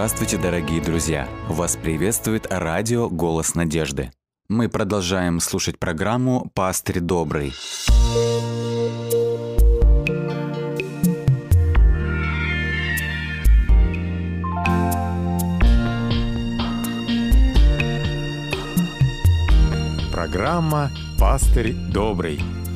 Здравствуйте, дорогие друзья! Вас приветствует радио «Голос надежды». Мы продолжаем слушать программу «Пастырь добрый». Программа «Пастырь добрый».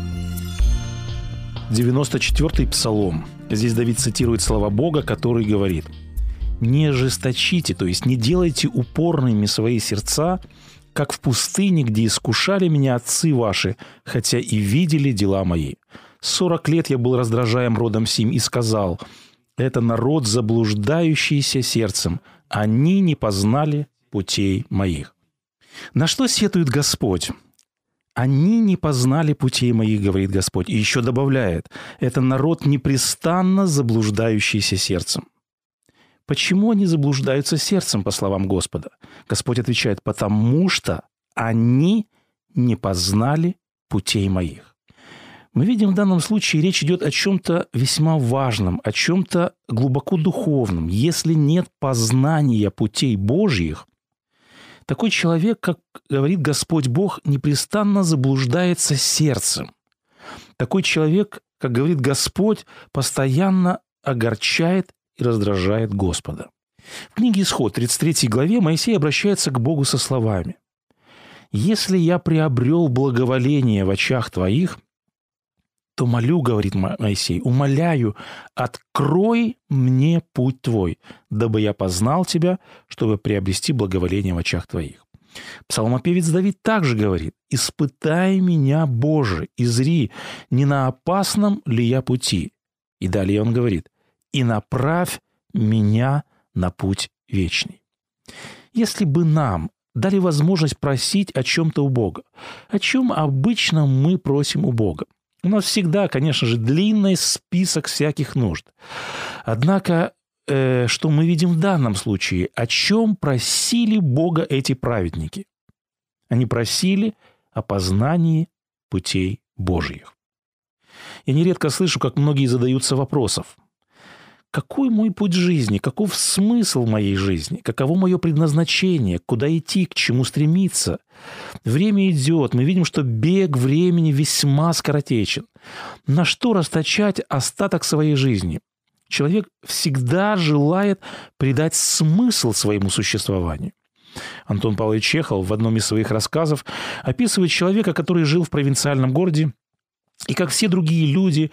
94-й псалом. Здесь Давид цитирует слова Бога, который говорит: «Не ожесточите, то есть не делайте упорными свои сердца, как в пустыне, где искушали меня отцы ваши, хотя и видели дела мои. 40 лет я был раздражаем родом сим и сказал: это народ, заблуждающийся сердцем, они не познали путей моих». На что сетует Господь? «Они не познали путей моих», говорит Господь. И еще добавляет: это народ, непрестанно заблуждающийся сердцем. Почему они заблуждаются сердцем, по словам Господа? Господь отвечает: потому что они не познали путей моих. Мы видим, в данном случае речь идет о чем-то весьма важном, о чем-то глубоко духовном. Если нет познания путей Божьих, такой человек, как говорит Господь Бог, непрестанно заблуждается сердцем. Такой человек, как говорит Господь, постоянно огорчает и раздражает Господа. В книге «Исход», 33 главе, Моисей обращается к Богу со словами: «Если я приобрел благоволение в очах твоих, то молю, — говорит Моисей, — умоляю, открой мне путь твой, дабы я познал тебя, чтобы приобрести благоволение в очах твоих». Псалмопевец Давид также говорит: «Испытай меня, Боже, и зри, не на опасном ли я пути». И далее он говорит: «И направь меня на путь вечный». Если бы нам дали возможность просить о чем-то у Бога, о чем обычно мы просим у Бога? У нас всегда, конечно же, длинный список всяких нужд. Однако, что мы видим в данном случае? О чем просили Бога эти праведники? Они просили о познании путей Божьих. Я нередко слышу, как многие задаются вопросом: какой мой путь жизни? Каков смысл моей жизни? Каково мое предназначение? Куда идти? К чему стремиться? Время идет. Мы видим, что бег времени весьма скоротечен. На что расточать остаток своей жизни? Человек всегда желает придать смысл своему существованию. Антон Павлович Чехов в одном из своих рассказов описывает человека, который жил в провинциальном городе, и, как все другие люди,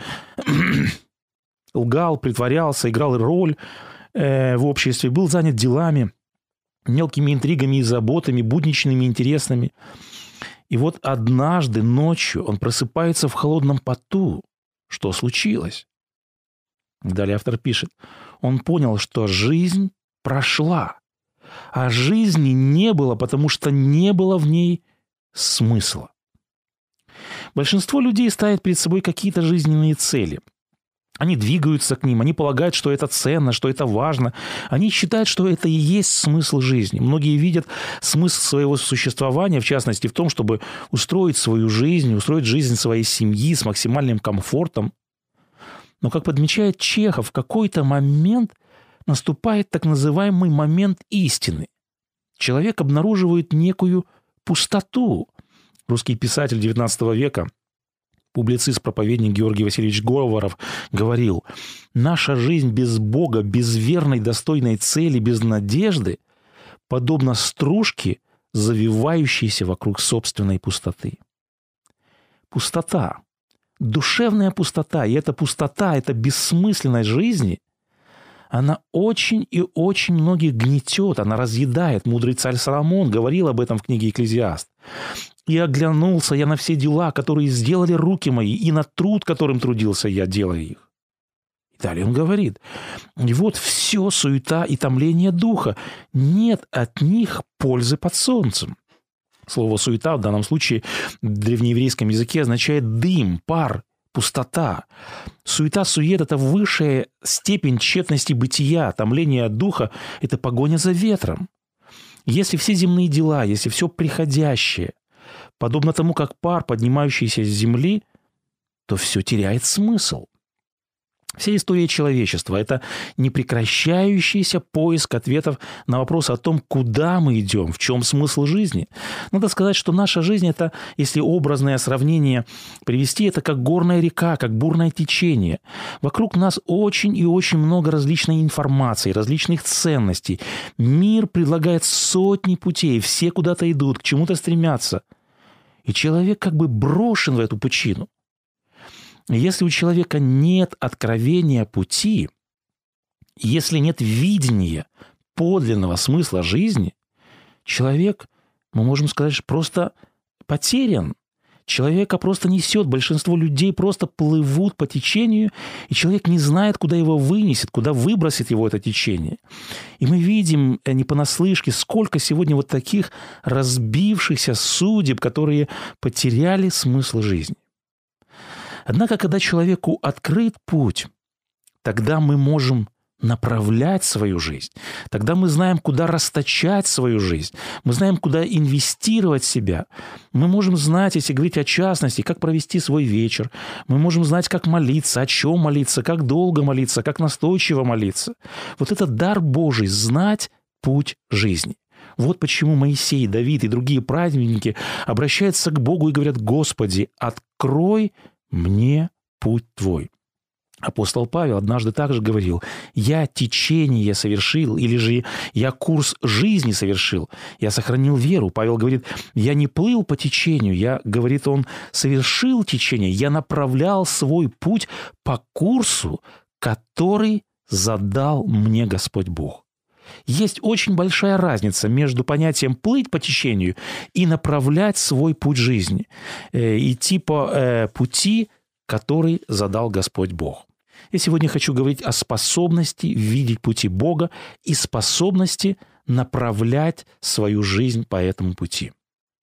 лгал, притворялся, играл роль в обществе, был занят делами, мелкими интригами и заботами, будничными, интересными. И вот однажды ночью он просыпается в холодном поту. Что случилось? Далее автор пишет: он понял, что жизнь прошла, а жизни не было, потому что не было в ней смысла. Большинство людей ставят перед собой какие-то жизненные цели. Они двигаются к ним, они полагают, что это ценно, что это важно. Они считают, что это и есть смысл жизни. Многие видят смысл своего существования, в частности, в том, чтобы устроить свою жизнь, устроить жизнь своей семьи с максимальным комфортом. Но, как подмечает Чехов, в какой-то момент наступает так называемый момент истины. Человек обнаруживает некую пустоту. Русский писатель XIX века, публицист, проповедник Георгий Васильевич Говоров говорил: «Наша жизнь без Бога, без верной, достойной цели, без надежды, подобна стружке, завивающейся вокруг собственной пустоты». Пустота, душевная пустота, и эта пустота, эта бессмысленность жизни, она очень и очень многих гнетет, она разъедает. Мудрый царь Соломон говорил об этом в книге «Экклезиаст». «И оглянулся я на все дела, которые сделали руки мои, и на труд, которым трудился я, делая их». И далее он говорит: «И вот все суета и томление духа, нет от них пользы под солнцем». Слово «суета» в данном случае в древнееврейском языке означает дым, пар, пустота. Суета-сует – это высшая степень тщетности бытия, томление духа – это погоня за ветром. Если все земные дела, если все приходящее, подобно тому, как пар, поднимающийся с земли, то все теряет смысл. Вся история человечества – это непрекращающийся поиск ответов на вопрос о том, куда мы идем, в чем смысл жизни. Надо сказать, что наша жизнь – это, если образное сравнение привести, это как горная река, как бурное течение. Вокруг нас очень и очень много различной информации, различных ценностей. Мир предлагает сотни путей, все куда-то идут, к чему-то стремятся. И человек как бы брошен в эту пучину. Если у человека нет откровения пути, если нет видения подлинного смысла жизни, человек, мы можем сказать, просто потерян. Человека просто несет. Большинство людей просто плывут по течению, и человек не знает, куда его вынесет, куда выбросит его это течение. И мы видим не понаслышке, сколько сегодня вот таких разбившихся судеб, которые потеряли смысл жизни. Однако, когда человеку открыт путь, тогда мы можем направлять свою жизнь. Тогда мы знаем, куда расточать свою жизнь. Мы знаем, куда инвестировать себя. Мы можем знать, если говорить о частности, как провести свой вечер. Мы можем знать, как молиться, о чем молиться, как долго молиться, как настойчиво молиться. Вот это дар Божий – знать путь жизни. Вот почему Моисей, Давид и другие праведники обращаются к Богу и говорят: «Господи, открой мне путь Твой». Апостол Павел однажды также говорил: «Я течение совершил», или же «Я курс жизни совершил, я сохранил веру». Павел говорит: «Я не плыл по течению, я, говорит он, совершил течение, я направлял свой путь по курсу, который задал мне Господь Бог». Есть очень большая разница между понятием «плыть по течению» и направлять свой путь жизни, идти по пути, который задал Господь Бог. Я сегодня хочу говорить о способности видеть пути Бога и способности направлять свою жизнь по этому пути.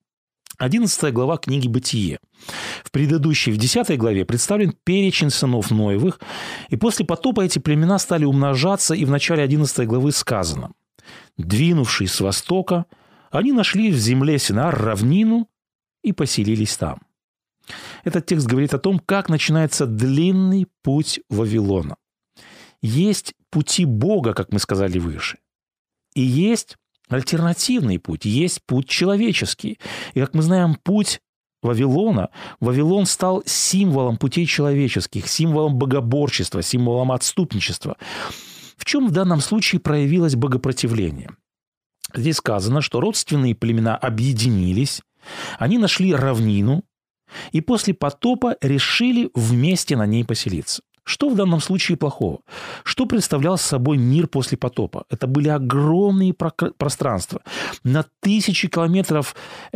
11 глава книги «Бытие». В предыдущей, в 10 главе, представлен перечень сынов Ноевых, и после потопа эти племена стали умножаться, и в начале 11 главы сказано: «Двинувшись с востока, они нашли в земле Синаар равнину и поселились там». Этот текст говорит о том, как начинается длинный путь Вавилона. Есть пути Бога, как мы сказали выше, и есть альтернативный путь, есть путь человеческий. И, как мы знаем, путь Вавилона, Вавилон стал символом путей человеческих, символом богоборчества, символом отступничества. В чем в данном случае проявилось богопротивление? Здесь сказано, что родственные племена объединились, они нашли равнину, и после потопа решили вместе на ней поселиться. Что в данном случае плохого? Что представлял собой мир после потопа? Это были огромные пространства. На тысячи километров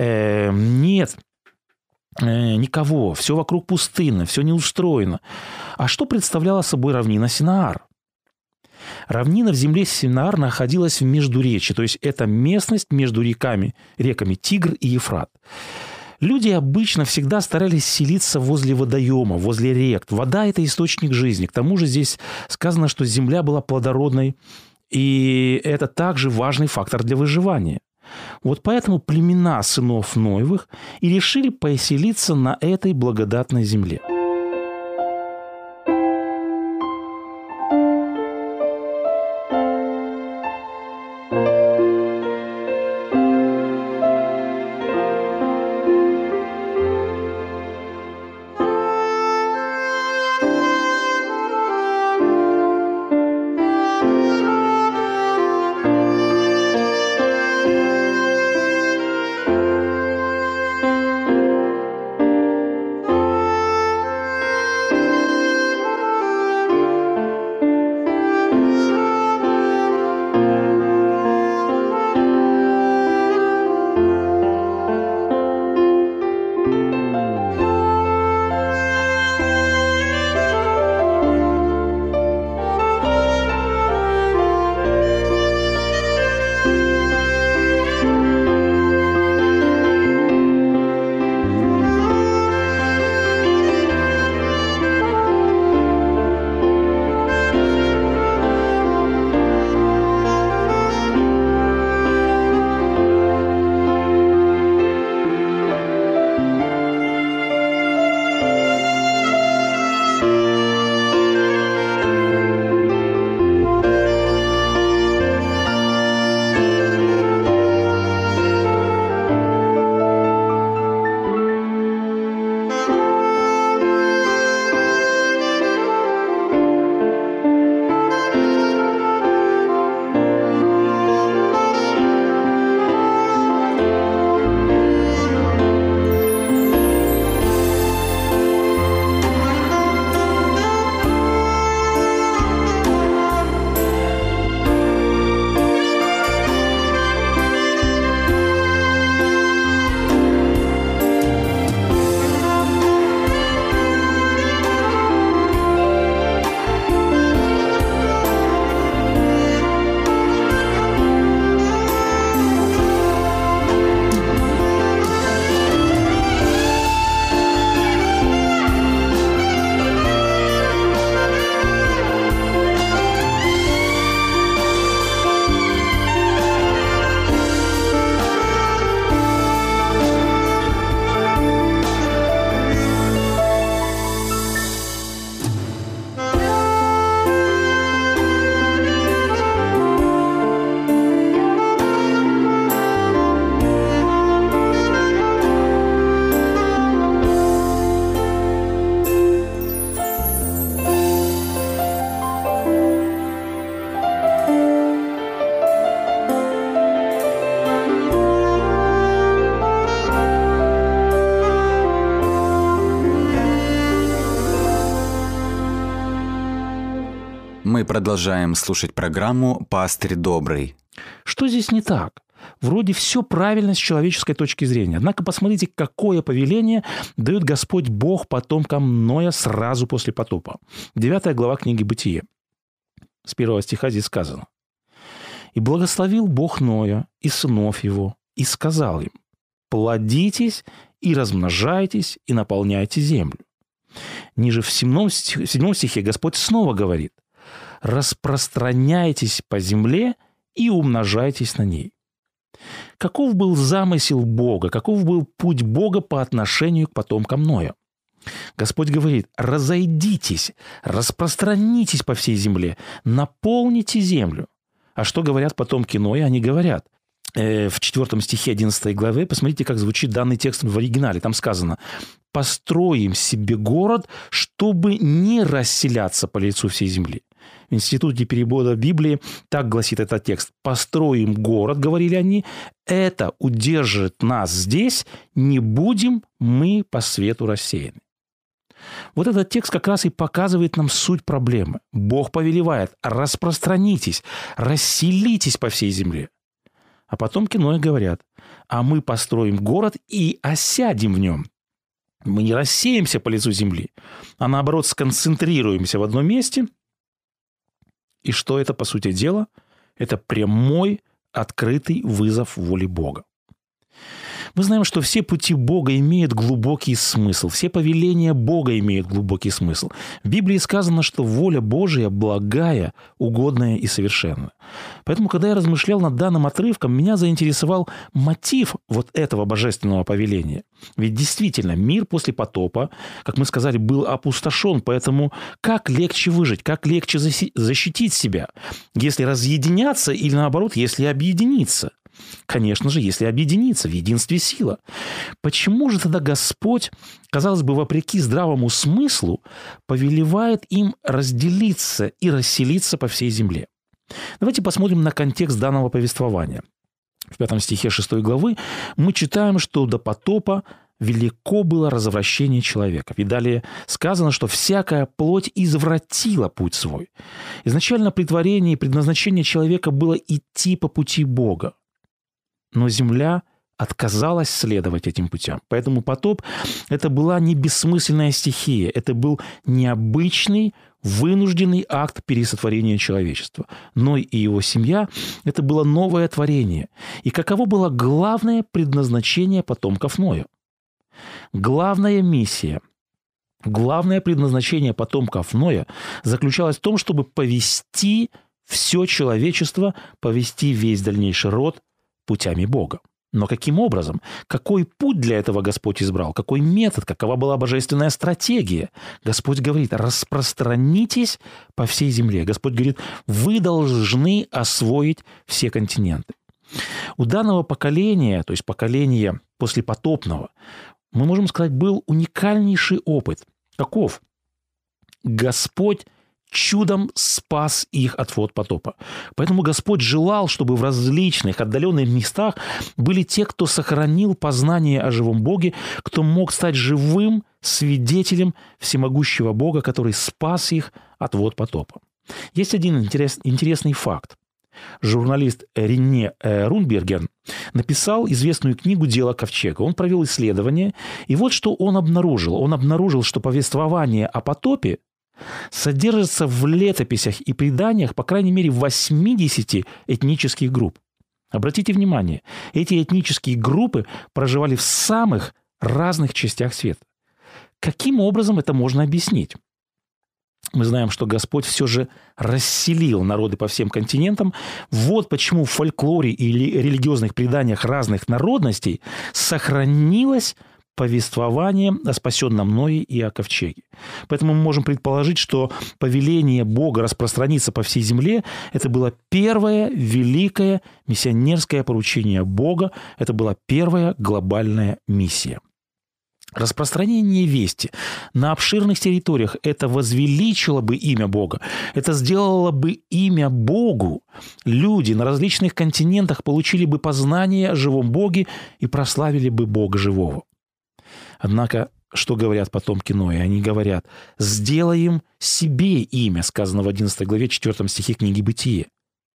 нет никого. Все вокруг пустынно, все не устроено. А что представляла собой равнина Синаар? Равнина в земле Синаар находилась в междуречии, то есть это местность между реками Тигр и Ефрат. Люди обычно всегда старались селиться возле водоема, возле рек. Вода – это источник жизни. К тому же здесь сказано, что земля была плодородной, и это также важный фактор для выживания. Вот поэтому племена сынов Ноевых и решили поселиться на этой благодатной земле. Мы продолжаем слушать программу «Пастырь добрый». Что здесь не так? Вроде все правильно с человеческой точки зрения. Однако посмотрите, какое повеление дает Господь Бог потомкам Ноя сразу после потопа. 9 глава книги «Бытие». С 1 стиха здесь сказано. «И благословил Бог Ноя и сынов его, и сказал им, плодитесь и размножайтесь, и наполняйте землю». Ниже в 7 стихе Господь снова говорит, распространяйтесь по земле и умножайтесь на ней. Каков был замысел Бога, каков был путь Бога по отношению к потомкам Ноя? Господь говорит, разойдитесь, распространитесь по всей земле, наполните землю. А что говорят потомки Ноя? Они говорят, в 4 стихе 11 главы, посмотрите, как звучит данный текст в оригинале. Там сказано, построим себе город, чтобы не расселяться по лицу всей земли. В Институте перевода Библии так гласит этот текст. «Построим город, — говорили они, — это удержит нас здесь, не будем мы по свету рассеяны». Вот этот текст как раз и показывает нам суть проблемы. Бог повелевает, распространитесь, расселитесь по всей земле. А потомки Ноя говорят, а мы построим город и осядем в нем. Мы не рассеемся по лицу земли, а наоборот сконцентрируемся в одном месте. И что это, по сути дела? Это прямой, открытый вызов воле Бога. Мы знаем, что все пути Бога имеют глубокий смысл. Все повеления Бога имеют глубокий смысл. В Библии сказано, что воля Божия благая, угодная и совершенная. Поэтому, когда я размышлял над данным отрывком, меня заинтересовал мотив вот этого божественного повеления. Ведь действительно, мир после потопа, как мы сказали, был опустошен. Поэтому как легче выжить, как легче защитить себя? Если разъединяться или, наоборот, если объединиться? Конечно же, если объединиться, в единстве сила. Почему же тогда Господь, казалось бы, вопреки здравому смыслу, повелевает им разделиться и расселиться по всей земле? Давайте посмотрим на контекст данного повествования. В 5 стихе 6 главы мы читаем, что до потопа велико было развращение человека. И далее сказано, что всякая плоть извратила путь свой. Изначально при творении предназначение человека было идти по пути Бога. Но земля отказалась следовать этим путям. Поэтому потоп – это была не бессмысленная стихия, это был необычный, вынужденный акт пересотворения человечества. Ной и его семья – это было новое творение. И каково было главное предназначение потомков Ноя? Главная миссия, главное предназначение потомков Ноя заключалось в том, чтобы повести все человечество, повести весь дальнейший род путями Бога. Но каким образом? Какой путь для этого Господь избрал? Какой метод? Какова была божественная стратегия? Господь говорит, распространитесь по всей земле. Господь говорит, вы должны освоить все континенты. У данного поколения, то есть поколения послепотопного, мы можем сказать, был уникальнейший опыт. Каков? Господь чудом спас их от вод потопа. Поэтому Господь желал, чтобы в различных отдаленных местах были те, кто сохранил познание о живом Боге, кто мог стать живым свидетелем всемогущего Бога, который спас их от вод потопа. Есть один интересный факт. Журналист Рене Рунберген написал известную книгу «Дело ковчега». Он провел исследование, и вот что он обнаружил. Он обнаружил, что повествование о потопе содержится в летописях и преданиях, по крайней мере, 80 этнических групп. Обратите внимание, эти этнические группы проживали в самых разных частях света. Каким образом это можно объяснить? Мы знаем, что Господь все же расселил народы по всем континентам. Вот почему в фольклоре или религиозных преданиях разных народностей сохранилось повествование о спасенном Ное и о ковчеге. Поэтому мы можем предположить, что повеление Бога распространиться по всей земле – это было первое великое миссионерское поручение Бога, это была первая глобальная миссия. Распространение вести на обширных территориях – это возвеличило бы имя Бога, это сделало бы имя Богу. Люди на различных континентах получили бы познание о живом Боге и прославили бы Бога живого. Однако что говорят потомки Ноя? Они говорят: «Сделаем себе имя», сказано в 11 главе 4 стихе книги «Бытие».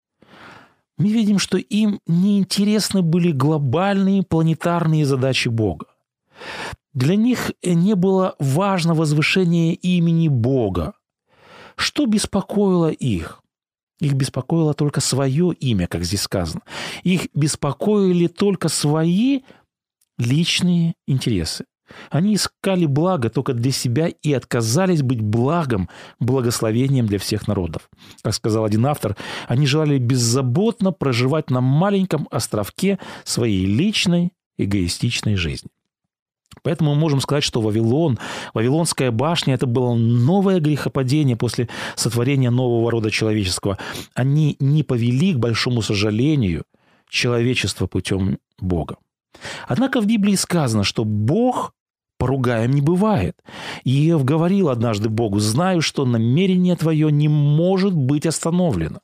Мы видим, что им неинтересны были глобальные планетарные задачи Бога. Для них не было важно возвышение имени Бога. Что беспокоило их? Их беспокоило только свое имя, как здесь сказано. Их беспокоили только свои личные интересы. Они искали благо только для себя и отказались быть благом, благословением для всех народов. Как сказал один автор, они желали беззаботно проживать на маленьком островке своей личной эгоистичной жизни. Поэтому мы можем сказать, что Вавилонская башня – это было новое грехопадение после сотворения нового рода человеческого. Они не повели, к большому сожалению, человечество путем Бога. Однако в Библии сказано, что Бог поругаем не бывает. Иов говорил однажды Богу: «Знаю, что намерение твое не может быть остановлено».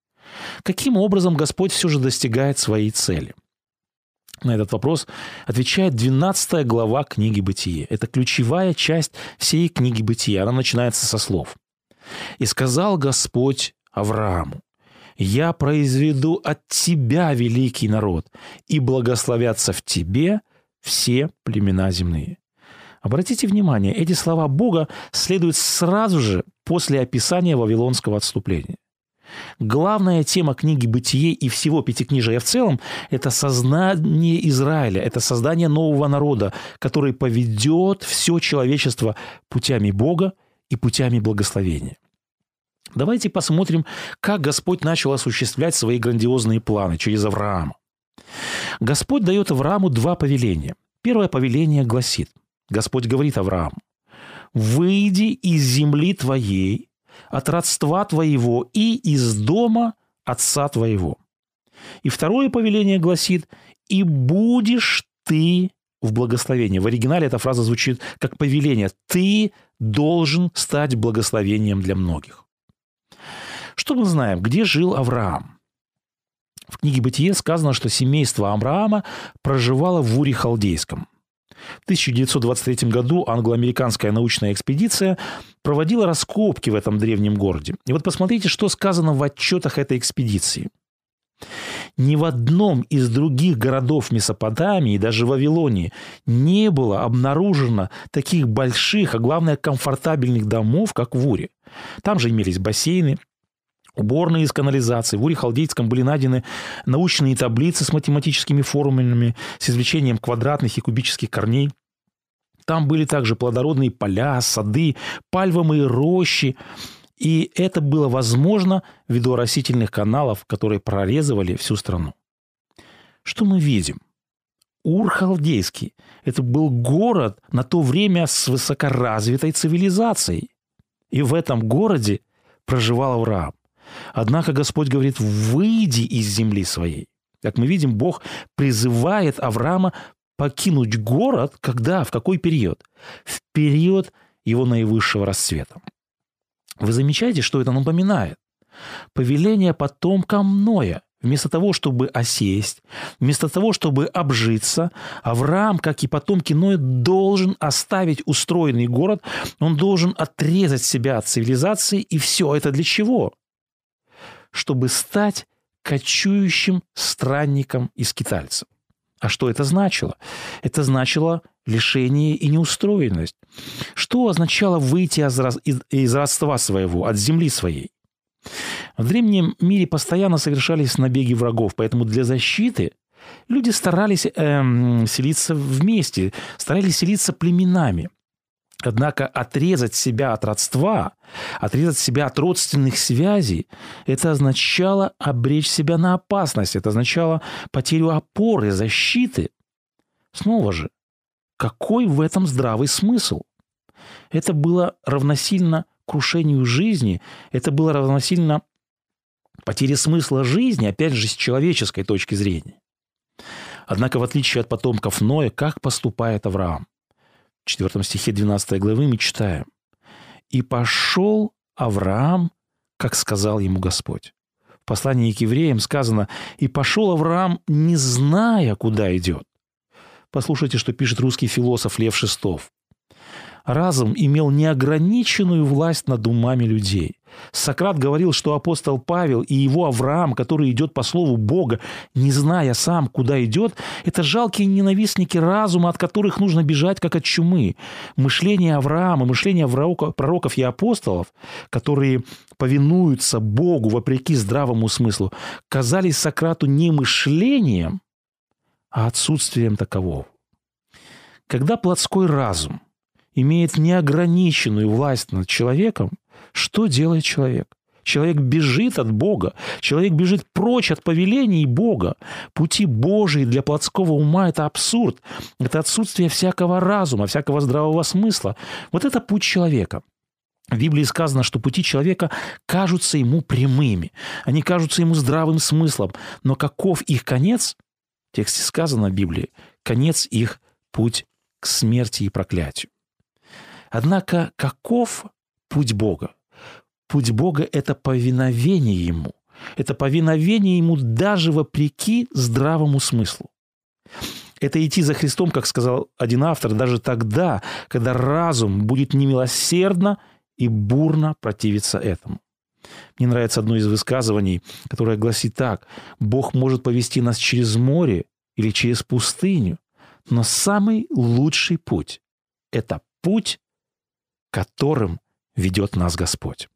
Каким образом Господь все же достигает своей цели? На этот вопрос отвечает 12 глава книги «Бытие». Это ключевая часть всей книги «Бытие». Она начинается со слов: «И сказал Господь Аврааму: я произведу от тебя великий народ, и благословятся в тебе все племена земные». Обратите внимание, эти слова Бога следуют сразу же после описания вавилонского отступления. Главная тема книги «Бытие» и всего Пятикнижия в целом – это создание Израиля, это создание нового народа, который поведет все человечество путями Бога и путями благословения. Давайте посмотрим, как Господь начал осуществлять свои грандиозные планы через Авраама. Господь дает Аврааму 2 повеления. Первое повеление гласит: Господь говорит Аврааму: «Выйди из земли твоей, от родства твоего и из дома отца твоего». И второе повеление гласит: «И будешь ты в благословении». В оригинале эта фраза звучит как повеление. Ты должен стать благословением для многих. Что мы знаем? Где жил Авраам? В книге «Бытие» сказано, что семейство Авраама проживало в Уре Халдейском. В 1923 году англо-американская научная экспедиция проводила раскопки в этом древнем городе. И вот посмотрите, что сказано в отчетах этой экспедиции. Ни в одном из других городов Месопотамии, даже в Вавилонии, не было обнаружено таких больших, а главное, комфортабельных домов, как в Уре. Там же имелись бассейны, уборные из канализации. В Уре Халдейском были найдены научные таблицы с математическими формулами, с извлечением квадратных и кубических корней. Там были также плодородные поля, сады, пальмовые рощи. И это было возможно ввиду оросительных каналов, которые прорезывали всю страну. Что мы видим? Ур Халдейский – это был город на то время с высокоразвитой цивилизацией. И в этом городе проживал Авраам. Однако Господь говорит: «Выйди из земли своей». Как мы видим, Бог призывает Авраама покинуть город, когда, в какой период? В период его наивысшего расцвета. Вы замечаете, что это напоминает? Повеление потомкам Ноя. Вместо того, чтобы осесть, вместо того, чтобы обжиться, Авраам, как и потомки Ноя, должен оставить устроенный город, он должен отрезать себя от цивилизации. И все это для чего? Чтобы стать кочующим странником и скитальцем. А что это значило? Это значило лишение и неустроенность. Что означало выйти из родства своего, от земли своей? В древнем мире постоянно совершались набеги врагов, поэтому для защиты люди старались селиться вместе, старались селиться племенами. Однако отрезать себя от родства, отрезать себя от родственных связей, это означало обречь себя на опасность, это означало потерю опоры, защиты. Снова же, какой в этом здравый смысл? Это было равносильно крушению жизни, это было равносильно потере смысла жизни, опять же, с человеческой точки зрения. Однако, в отличие от потомков Ноя, как поступает Авраам? В 4 стихе 12 главы мы читаем: «И пошел Авраам, как сказал ему Господь». В послании к евреям сказано: «И пошел Авраам, не зная, куда идет». Послушайте, что пишет русский философ Лев Шестов. разум имел неограниченную власть над умами людей. Сократ говорил, что апостол Павел и его Авраам, который идет по слову Бога, не зная сам, куда идет, это жалкие ненавистники разума, от которых нужно бежать, как от чумы. Мышление Авраама, мышление пророков и апостолов, которые повинуются Богу вопреки здравому смыслу, казались Сократу не мышлением, а отсутствием такового. Когда плотской разум имеет неограниченную власть над человеком, что делает человек? Человек бежит от Бога, человек бежит прочь от повелений Бога. Пути Божии для плотского ума – это абсурд, это отсутствие всякого разума, всякого здравого смысла. Вот это путь человека. В Библии сказано, что пути человека кажутся ему прямыми, они кажутся ему здравым смыслом, но каков их конец? В тексте сказано в Библии, конец их – путь к смерти и проклятию. Однако каков путь Бога? Путь Бога – это повиновение Ему. Это повиновение Ему даже вопреки здравому смыслу. Это идти за Христом, как сказал один автор, даже тогда, когда разум будет немилосердно и бурно противиться этому. Мне нравится одно из высказываний, которое гласит так: «Бог может повести нас через море или через пустыню, но самый лучший путь – это путь, которым ведет нас Господь».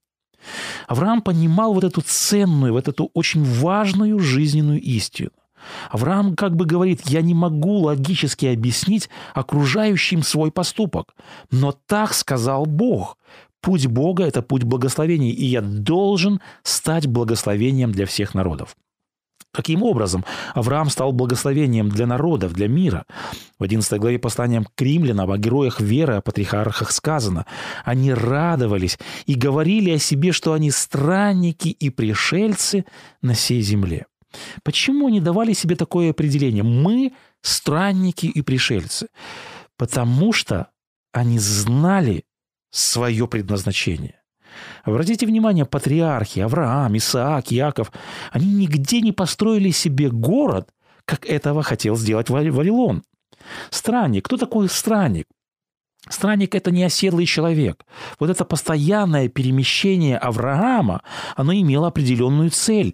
Авраам понимал вот эту ценную, вот эту очень важную жизненную истину. Авраам как бы говорит: я не могу логически объяснить окружающим свой поступок, но так сказал Бог. Путь Бога – это путь благословений, и я должен стать благословением для всех народов. Каким образом Авраам стал благословением для народов, для мира? В 11 главе послания к римлянам о героях веры, о патриархах сказано: «Они радовались и говорили о себе, что они странники и пришельцы на сей земле». Почему они давали себе такое определение? Мы странники и пришельцы. Потому что они знали свое предназначение. Обратите внимание, патриархи Авраам, Исаак, Иаков, они нигде не построили себе город, как этого хотел сделать Вавилон. Странник. Кто такой странник? Странник – это не оседлый человек. Вот это постоянное перемещение Авраама, оно имело определенную цель.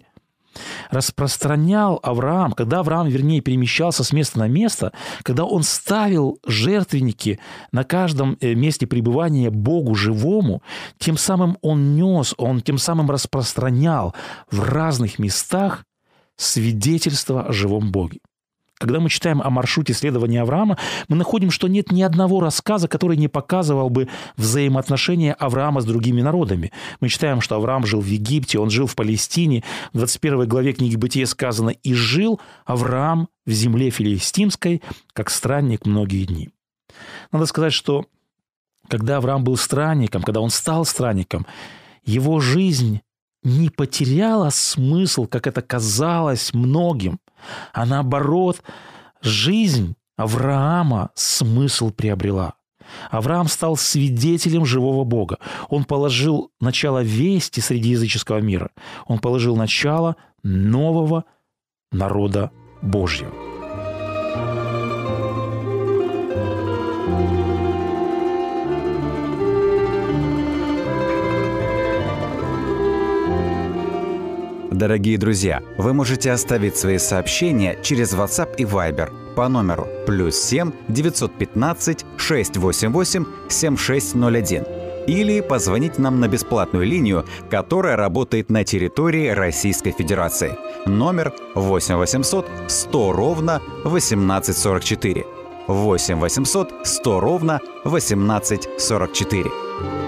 Распространял Авраам, когда Авраам, перемещался с места на место, когда он ставил жертвенники на каждом месте пребывания Богу живому, тем самым он тем самым распространял в разных местах свидетельство о живом Боге. Когда мы читаем о маршруте следования Авраама, мы находим, что нет ни одного рассказа, который не показывал бы взаимоотношения Авраама с другими народами. Мы читаем, что Авраам жил в Египте, он жил в Палестине. В 21 главе книги Бытия сказано: «И жил Авраам в земле филистимской, как странник многие дни». Надо сказать, что когда Авраам был странником, когда он стал странником, его жизнь не потеряла смысл, как это казалось многим, а наоборот, жизнь Авраама смысл приобрела. Авраам стал свидетелем живого Бога. Он положил начало вести среди языческого мира. Он положил начало нового народа Божьего. Дорогие друзья, вы можете оставить свои сообщения через WhatsApp и Viber по номеру +7 915 688 7601 или позвонить нам на бесплатную линию, которая работает на территории Российской Федерации. Номер 8 800 100 ровно 1844. 8 800 100 ровно 1844.